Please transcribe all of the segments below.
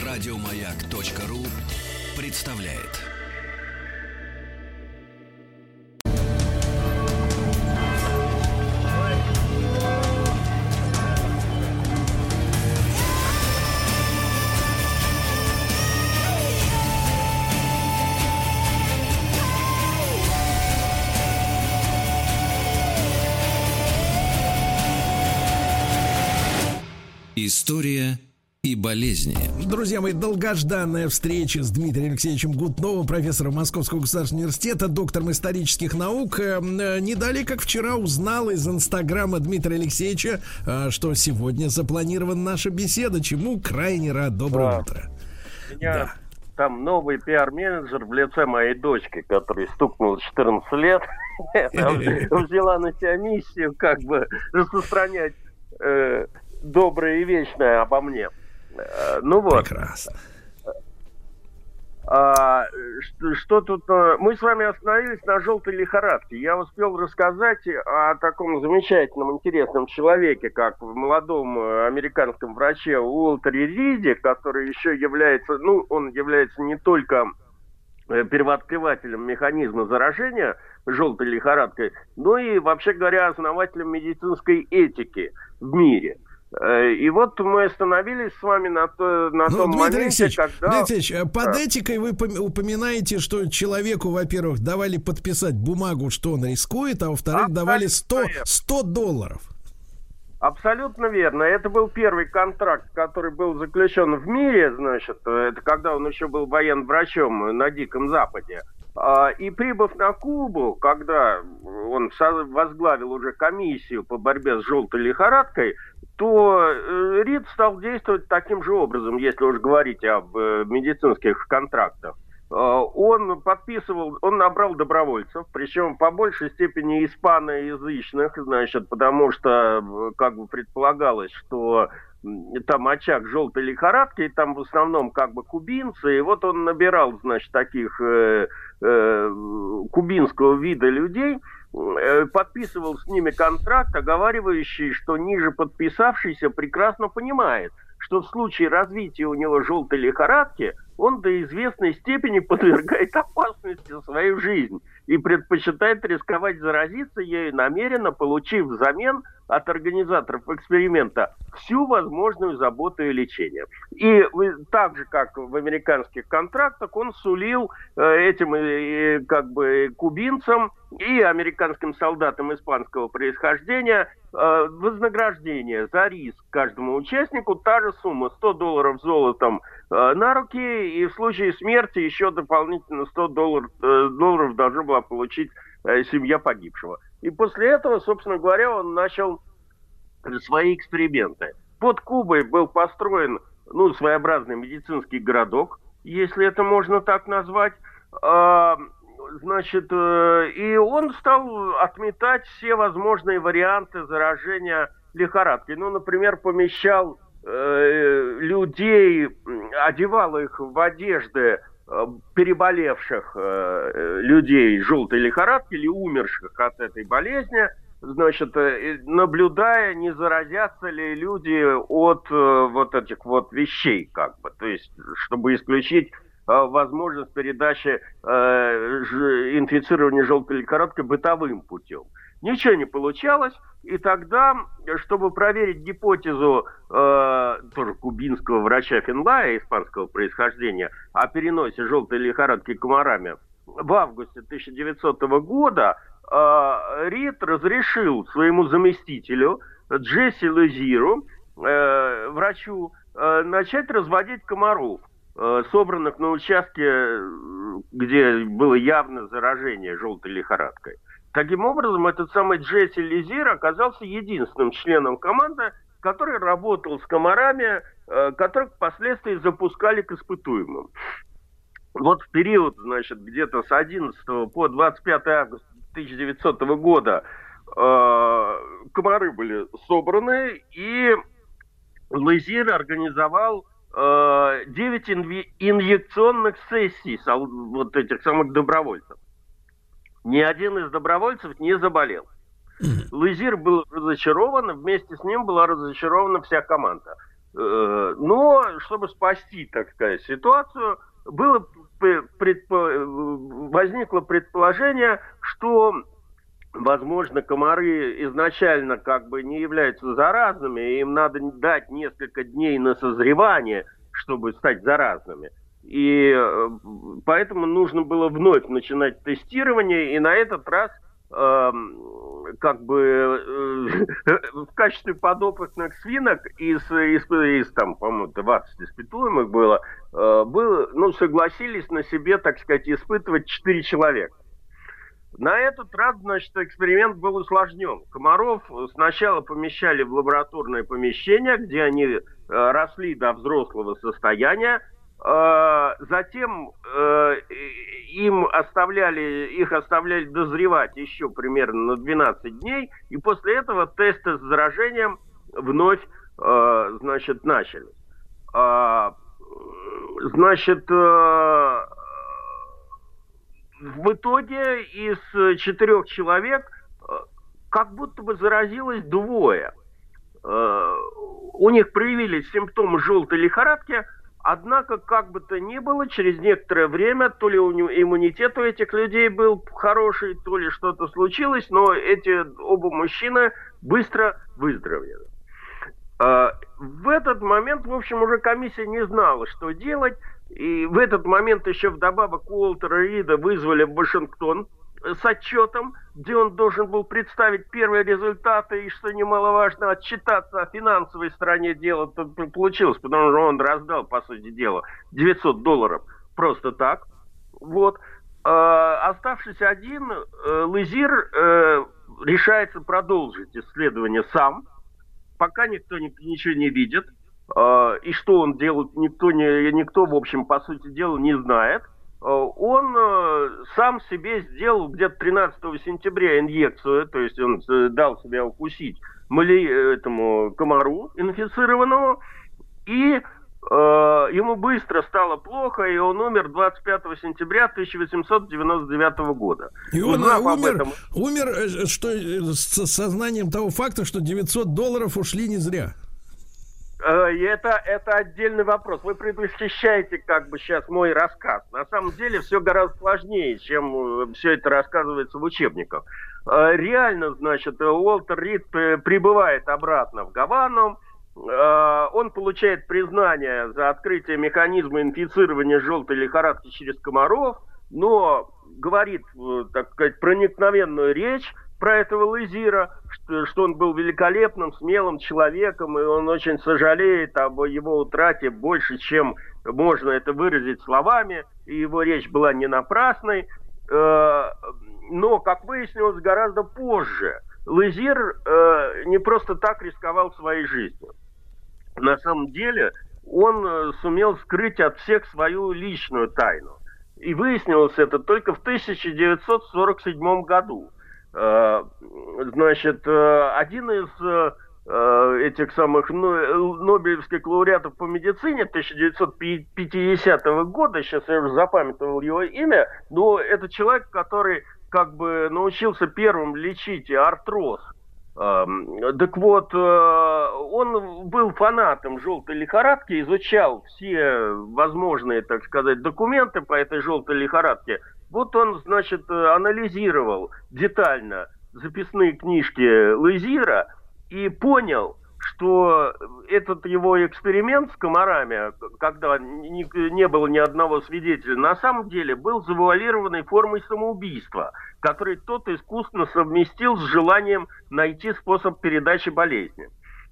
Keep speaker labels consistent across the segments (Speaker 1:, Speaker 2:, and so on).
Speaker 1: Радиомаяк.ру представляет. История и болезни.
Speaker 2: Друзья мои, долгожданная встреча с Дмитрием Алексеевичем Гутновым, профессором Московского государственного университета, доктором исторических наук. Не далее, как вчера, узнал из Инстаграма Дмитрия Алексеевича, что сегодня запланирована наша беседа, чему крайне рад. Доброе утро.
Speaker 3: У меня там новый пиар-менеджер в лице моей дочки, которой стукнуло 14 лет, взяла на себя миссию как бы распространять доброе и вечное обо мне. Ну вот.
Speaker 2: Прекрасно.
Speaker 3: Что тут? Мы с вами остановились на желтой лихорадке. Я успел рассказать о таком замечательном, интересном человеке, как молодом американском враче Уолтере Риде, который еще является, он является не только первооткрывателем механизма заражения желтой лихорадкой, но и, вообще говоря, основателем медицинской этики в мире. И вот мы остановились с вами на том
Speaker 2: Дмитрий
Speaker 3: моменте,
Speaker 2: Алексеевич,
Speaker 3: когда...
Speaker 2: Дмитрий Алексеевич, под этикой вы упоминаете, что человеку, во-первых, давали подписать бумагу, что он рискует, а во-вторых, давали $100.
Speaker 3: Абсолютно верно. Это был первый контракт, который был заключен в мире, значит, это когда он еще был военврачом на Диком Западе. И прибыв на Кубу, когда он возглавил уже комиссию по борьбе с желтой лихорадкой, то Рид стал действовать таким же образом, если уж говорить об медицинских контрактах. Он набрал добровольцев, причем по большей степени испаноязычных, значит, потому что, как бы предполагалось, что там очаг желтой лихорадки, и там в основном как бы кубинцы, и вот он набирал, значит, таких кубинского вида людей, подписывал с ними контракт, оговаривающий, что ниже подписавшийся прекрасно понимает, что в случае развития у него желтой лихорадки он до известной степени подвергает опасности свою жизнь и предпочитает рисковать заразиться ею намеренно, получив взамен от организаторов эксперимента всю возможную заботу и лечение. И так же, как в американских контрактах, он сулил этим как бы кубинцам и американским солдатам испанского происхождения вознаграждение за риск каждому участнику, та же сумма $100 золотом на руки, и в случае смерти еще дополнительно $100 должна была получить семья погибшего. И после этого, собственно говоря, он начал свои эксперименты. Под Кубой был построен, своеобразный медицинский городок, если это можно так назвать. Значит, и он стал отметать все возможные варианты заражения лихорадкой. Например, помещал людей, одевал их в одежды переболевших людей желтой лихорадки или умерших от этой болезни, значит, наблюдая, не заразятся ли люди от вот этих вот вещей, как бы, то есть, чтобы исключить возможность передачи инфицирования желтой лихорадкой бытовым путем. Ничего не получалось, и тогда, чтобы проверить гипотезу тоже кубинского врача Финлая, испанского происхождения, о переносе желтой лихорадки комарами, в августе 1900 года Рид разрешил своему заместителю Джесси Лозиру, врачу, начать разводить комаров, собранных на участке, где было явное заражение желтой лихорадкой. Таким образом, этот самый Джесси Лозир оказался единственным членом команды, который работал с комарами, которых впоследствии запускали к испытуемым. Вот в период, значит, где-то с 11 по 25 августа 1900 года комары были собраны, и Лозир организовал 9 инъекционных сессий вот этих самых добровольцев. Ни один из добровольцев не заболел. Лозир был разочарован, вместе с ним была разочарована вся команда. Но, чтобы спасти, так сказать, ситуацию, возникло предположение, что, возможно, комары изначально как бы не являются заразными, и им надо дать несколько дней на созревание, чтобы стать заразными. И поэтому нужно было вновь начинать тестирование, и на этот раз как бы в качестве подопытных свинок из там, по-моему, 20 испытуемых было, согласились на себе, так сказать, испытывать 4 человека. На этот раз, значит, эксперимент был усложнен. Комаров сначала помещали в лабораторное помещение, где они росли до взрослого состояния. Затем их оставляли дозревать еще примерно на 12 дней, и после этого тесты с заражением вновь, начались. В итоге из 4 человек как будто бы заразилось 2. У них проявились симптомы желтой лихорадки. Однако, как бы то ни было, через некоторое время то ли иммунитет у этих людей был хороший, то ли что-то случилось, но эти оба мужчины быстро выздоровели. В этот момент, в общем, уже комиссия не знала, что делать. И в этот момент еще вдобавок Уолтера Рида вызвали в Вашингтон с отчетом, где он должен был представить первые результаты и, что немаловажно, отчитаться о финансовой стороне дела. Получилось, потому что он раздал, по сути дела, $900 просто так. Вот. Оставшись один, Лазир решается продолжить исследование сам, пока никто ничего не видит. И что он делает, никто, в общем, по сути дела, не знает. Он сам себе сделал где-то 13 сентября инъекцию, то есть он дал себя укусить этому комару инфицированному, и ему быстро стало плохо, и он умер 25 сентября 1899 года.
Speaker 2: И он умер что, с сознанием того факта, что $900 ушли не зря.
Speaker 3: Это отдельный вопрос. Вы предвосхищаете как бы сейчас мой рассказ. На самом деле все гораздо сложнее, чем все это рассказывается в учебниках. Реально, значит, Уолтер Рид прибывает обратно в Гавану. Он получает признание за открытие механизма инфицирования желтой лихорадки через комаров, но говорит, так сказать, проникновенную речь про этого Лазира, что он был великолепным, смелым человеком, и он очень сожалеет об его утрате больше, чем можно это выразить словами, и его речь была не напрасной. Но, как выяснилось, гораздо позже Лазир не просто так рисковал своей жизнью. На самом деле он сумел скрыть от всех свою личную тайну. И выяснилось это только в 1947 году. Значит, один из этих самых нобелевских лауреатов по медицине 1950 года, сейчас я уже запамятовал его имя, но это человек, который как бы научился первым лечить артроз. Так вот, он был фанатом желтой лихорадки, изучал все возможные, так сказать, документы по этой желтой лихорадке. Вот он, значит, анализировал детально записные книжки Лазира и понял, что этот его эксперимент с комарами, когда не было ни одного свидетеля, на самом деле был завуалированной формой самоубийства, который тот искусственно совместил с желанием найти способ передачи болезни.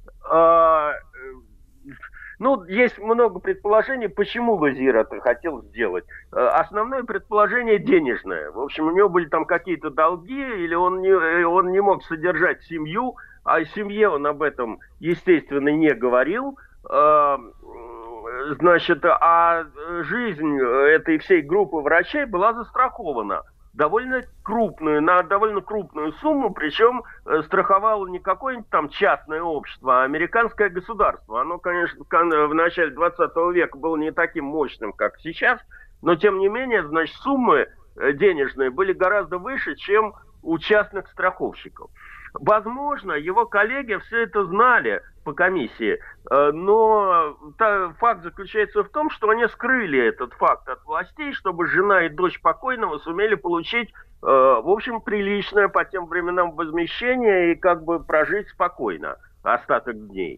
Speaker 3: Есть много предположений, почему Лазир это хотел сделать. Основное предположение денежное. В общем, у него были там какие-то долги, или он не мог содержать семью, а о семье он об этом, естественно, не говорил. Значит, а жизнь этой всей группы врачей была застрахована на довольно крупную сумму, причем страховало не какое-нибудь там частное общество, а американское государство. Оно, конечно, в начале 20 века было не таким мощным, как сейчас, но, тем не менее, значит, суммы денежные были гораздо выше, чем у частных страховщиков. Возможно, его коллеги все это знали по комиссии, но факт заключается в том, что они скрыли этот факт от властей, чтобы жена и дочь покойного сумели получить, в общем, приличное по тем временам возмещение и как бы прожить спокойно остаток дней.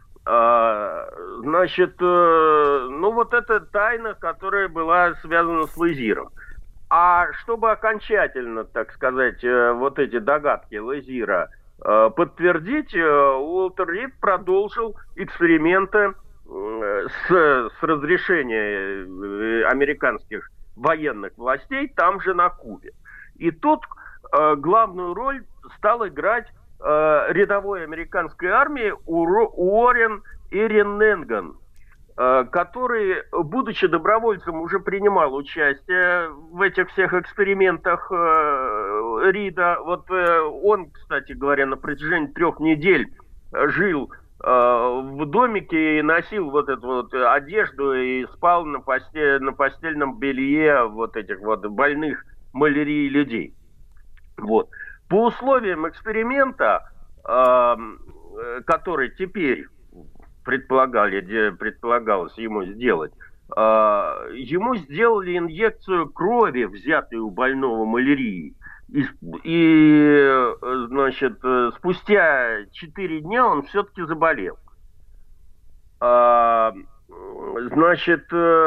Speaker 3: Значит, ну вот это тайна, которая была связана с Лазиром. А чтобы окончательно, так сказать, вот эти догадки Лазира подтвердить, Уолтер Рид продолжил эксперименты с разрешения американских военных властей там же на Кубе. И тут главную роль стал играть рядовой американской армии Уоррен Эриненган, который, будучи добровольцем, уже принимал участие в этих всех экспериментах Рида. Вот он, кстати говоря, на протяжении 3 недель жил в домике и носил вот эту вот одежду и спал на постельном белье вот этих вот больных малярией людей. Вот. По условиям эксперимента, который теперь предполагалось ему сделать, ему сделали инъекцию крови, взятую у больного малярией. И значит, спустя 4 дня он все-таки заболел. Значит,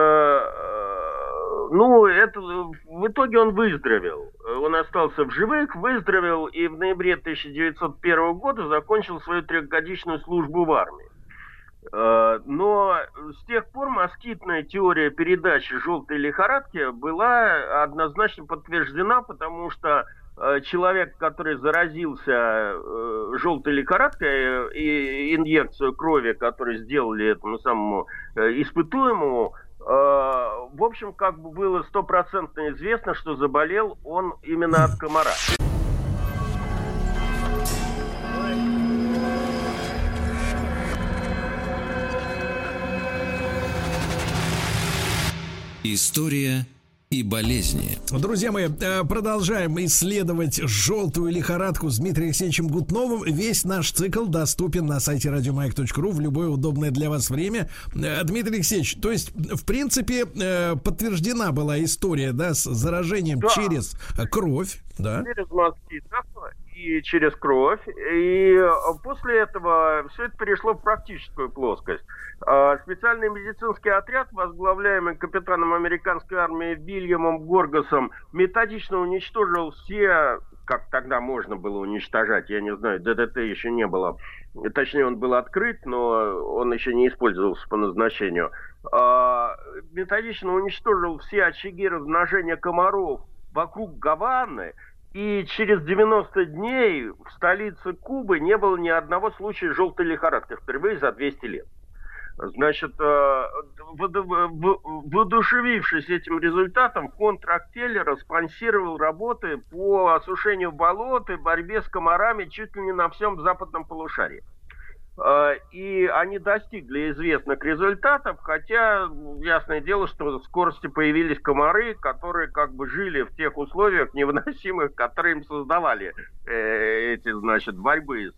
Speaker 3: ну, в итоге он выздоровел. Он остался в живых, выздоровел и в ноябре 1901 года закончил свою 3-годичную службу в армии. Но с тех пор москитная теория передачи желтой лихорадки была однозначно подтверждена, потому что человек, который заразился желтой лихорадкой и инъекцию крови, которую сделали этому самому испытуемому, в общем, как бы было 100% известно, что заболел он именно от комара.
Speaker 1: История и болезни.
Speaker 2: Друзья мои, продолжаем исследовать желтую лихорадку с Дмитрием Алексеевичем Гутновым. Весь наш цикл доступен на сайте radiomayak.ru в любое удобное для вас время. Дмитрий Алексеевич, то есть, в принципе, подтверждена была история, да, с заражением через кровь, да?
Speaker 3: Через москитов и через кровь. И после этого все это перешло в практическую плоскость. Специальный медицинский отряд, возглавляемый капитаном американской армии Вильямом Горгасом, методично уничтожил все, как тогда можно было уничтожать, я не знаю, ДДТ еще не было. Точнее, он был открыт, но он еще не использовался по назначению. Методично уничтожил все очаги размножения комаров вокруг Гаваны. И через 90 дней в столице Кубы не было ни одного случая желтой лихорадки, впервые за 200 лет. Значит, воодушевившись этим результатом, контракт Келлера спонсировал работы по осушению болот и борьбе с комарами чуть ли не на всем западном полушарии. И они достигли известных результатов, хотя ясное дело, что в скорости появились комары, которые как бы жили в тех условиях невыносимых, которые им создавали эти, значит, борцы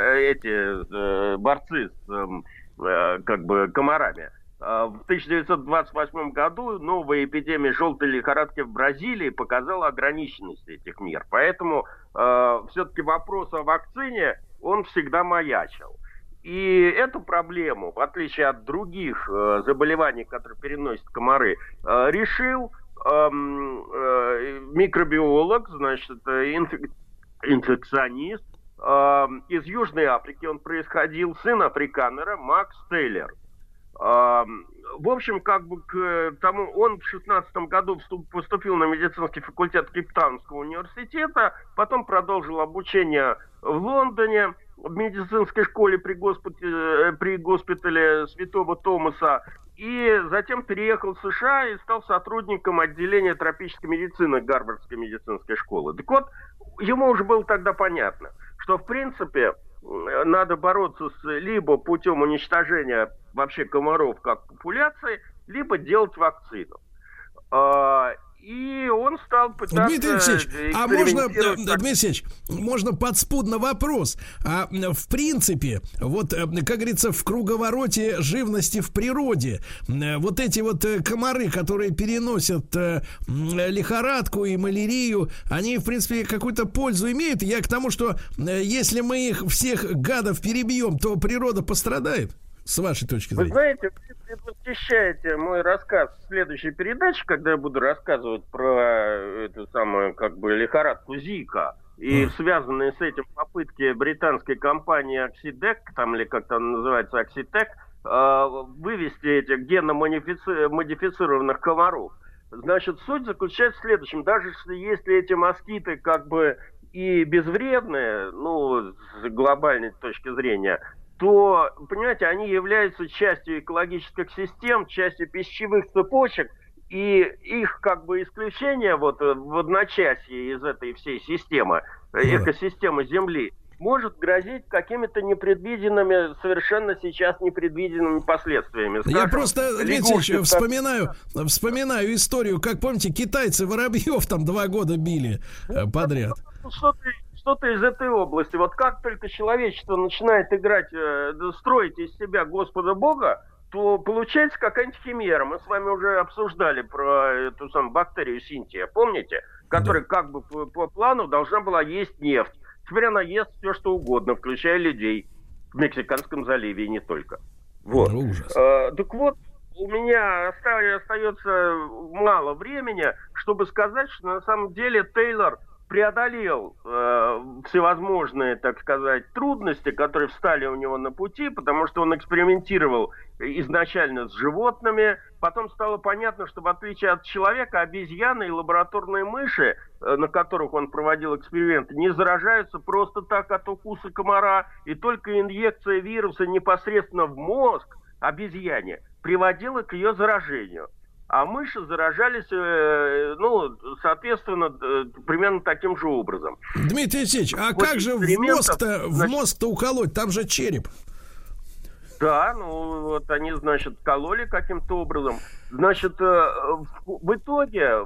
Speaker 3: с как бы комарами. В 1928 году новая эпидемия желтой лихорадки в Бразилии показала ограниченность этих мер. Поэтому все-таки вопрос о вакцине, он всегда маячил. И эту проблему, в отличие от других заболеваний, которые переносят комары, решил микробиолог, значит, инфекционист из Южной Африки. Он происходил, сын африканера, Макс Тейлер. В общем, как бы к тому, он в 16 году поступил на медицинский факультет Кейптаунского университета, потом продолжил обучение в Лондоне, в медицинской школе при госпитале Святого Томаса, и затем переехал в США и стал сотрудником отделения тропической медицины Гарвардской медицинской школы. Так вот, ему уже было тогда понятно, что в принципе надо бороться либо путем уничтожения вообще комаров как популяции, либо делать вакцину. и он стал пытаться...
Speaker 2: Дмитрий Алексеевич, а можно, Дмитрий Алексеевич, можно подспудно вопрос. А в принципе, вот, как говорится, в круговороте живности в природе, вот эти вот комары, которые переносят лихорадку и малярию, они, в принципе, какую-то пользу имеют? Я к тому, что если мы их всех гадов перебьем, то природа пострадает? С вашей точки зрения.
Speaker 3: Вы знаете, вы предвосхищаете мой рассказ в следующей передаче, когда я буду рассказывать про эту самую, как бы, лихорадку Зика и связанные с этим попытки британской компании Oxitec, там или как там называется Oxitec, вывести этих генно-модифицированных комаров. Значит, суть заключается в следующем. Даже если эти москиты как бы и безвредные, ну, с глобальной точки зрения, то, понимаете, они являются частью экологических систем, частью пищевых цепочек, и их как бы исключение вот в одночасье из этой всей системы, экосистемы Земли, может грозить какими-то непредвиденными, совершенно сейчас непредвиденными последствиями.
Speaker 2: Скажем, я просто, Дмитрий, вспоминаю историю, как, помните, китайцы воробьев там 2 года били подряд.
Speaker 3: Что-то из этой области. Вот как только человечество начинает играть, строить из себя Господа Бога, то получается какая-нибудь химера. Мы с вами уже обсуждали про эту самую бактерию Синтия, помните? Которая как бы по плану должна была есть нефть. Теперь она ест все, что угодно, включая людей в Мексиканском заливе и не только. Вот. Так вот, у меня остается мало времени, чтобы сказать, что на самом деле Тейлор преодолел всевозможные, так сказать, трудности, которые встали у него на пути, потому что он экспериментировал изначально с животными. Потом стало понятно, что в отличие от человека, обезьяны и лабораторные мыши, на которых он проводил эксперименты, не заражаются просто так от укуса комара, и только инъекция вируса непосредственно в мозг обезьяне приводила к ее заражению. А мыши заражались, соответственно, примерно таким же образом.
Speaker 2: Дмитрий Алексеевич, а как же в мозг-то уколоть? Там же череп.
Speaker 3: Да, вот они, значит, кололи каким-то образом. Значит, в итоге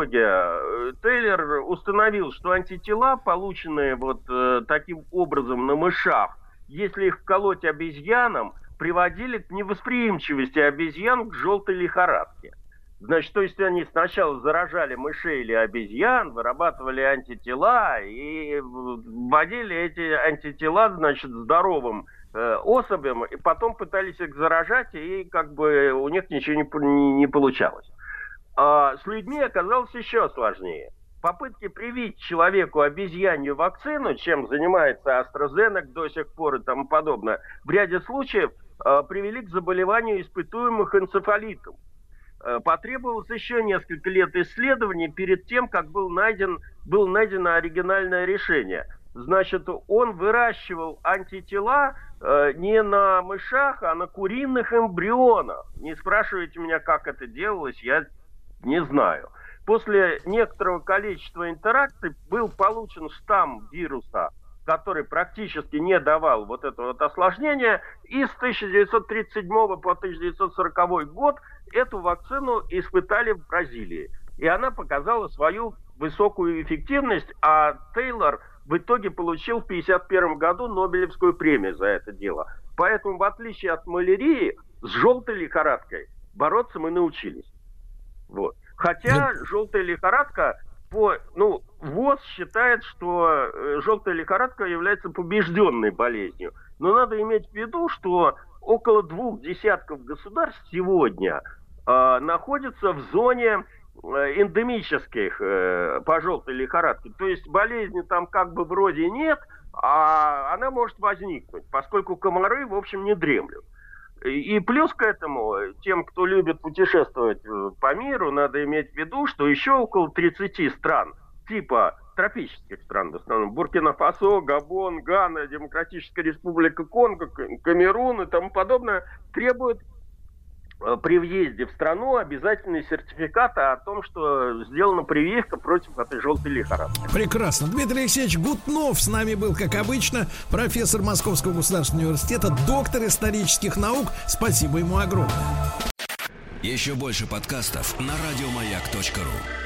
Speaker 3: Тейлор установил, что антитела, полученные вот таким образом на мышах, если их вколоть обезьянам, приводили к невосприимчивости обезьян к желтой лихорадке. Значит, то есть они сначала заражали мышей или обезьян, вырабатывали антитела и вводили эти антитела, значит, здоровым особям, и потом пытались их заражать, и как бы у них ничего не получалось. А с людьми оказалось еще сложнее. Попытки привить человеку обезьянью вакцину, чем занимается AstraZeneca до сих пор и тому подобное, в ряде случаев привели к заболеванию испытуемых энцефалитом. Потребовалось еще несколько лет исследований перед тем, как было найдено оригинальное решение. Значит, он выращивал антитела не на мышах, а на куриных эмбрионах. Не спрашивайте меня, как это делалось, я не знаю. После некоторого количества интеракций был получен штамм вируса, который практически не давал вот это вот осложнения, и с 1937 по 1940 год эту вакцину испытали в Бразилии. И она показала свою высокую эффективность, а Тейлор в итоге получил в 1951 году Нобелевскую премию за это дело. Поэтому, в отличие от малярии, с желтой лихорадкой бороться мы научились. Вот. Хотя желтая лихорадка, ВОЗ считает, что желтая лихорадка является побежденной болезнью. Но надо иметь в виду, что около 20 государств сегодня находятся в зоне эндемических по желтой лихорадке. То есть болезни там как бы вроде нет, а она может возникнуть, поскольку комары, в общем, не дремлют. И плюс к этому, тем, кто любит путешествовать по миру, надо иметь в виду, что еще около 30 стран, типа тропических стран, в основном Буркина-Фасо, Габон, Гана, Демократическая Республика Конго, Камерун и тому подобное, требуют при въезде в страну обязательные сертификаты о том, что сделана прививка против этой желтой лихорадки.
Speaker 2: Прекрасно. Дмитрий Алексеевич Гутнов с нами был, как обычно, профессор Московского государственного университета, доктор исторических наук. Спасибо ему огромное.
Speaker 1: Еще больше подкастов на радиомаяк.ру.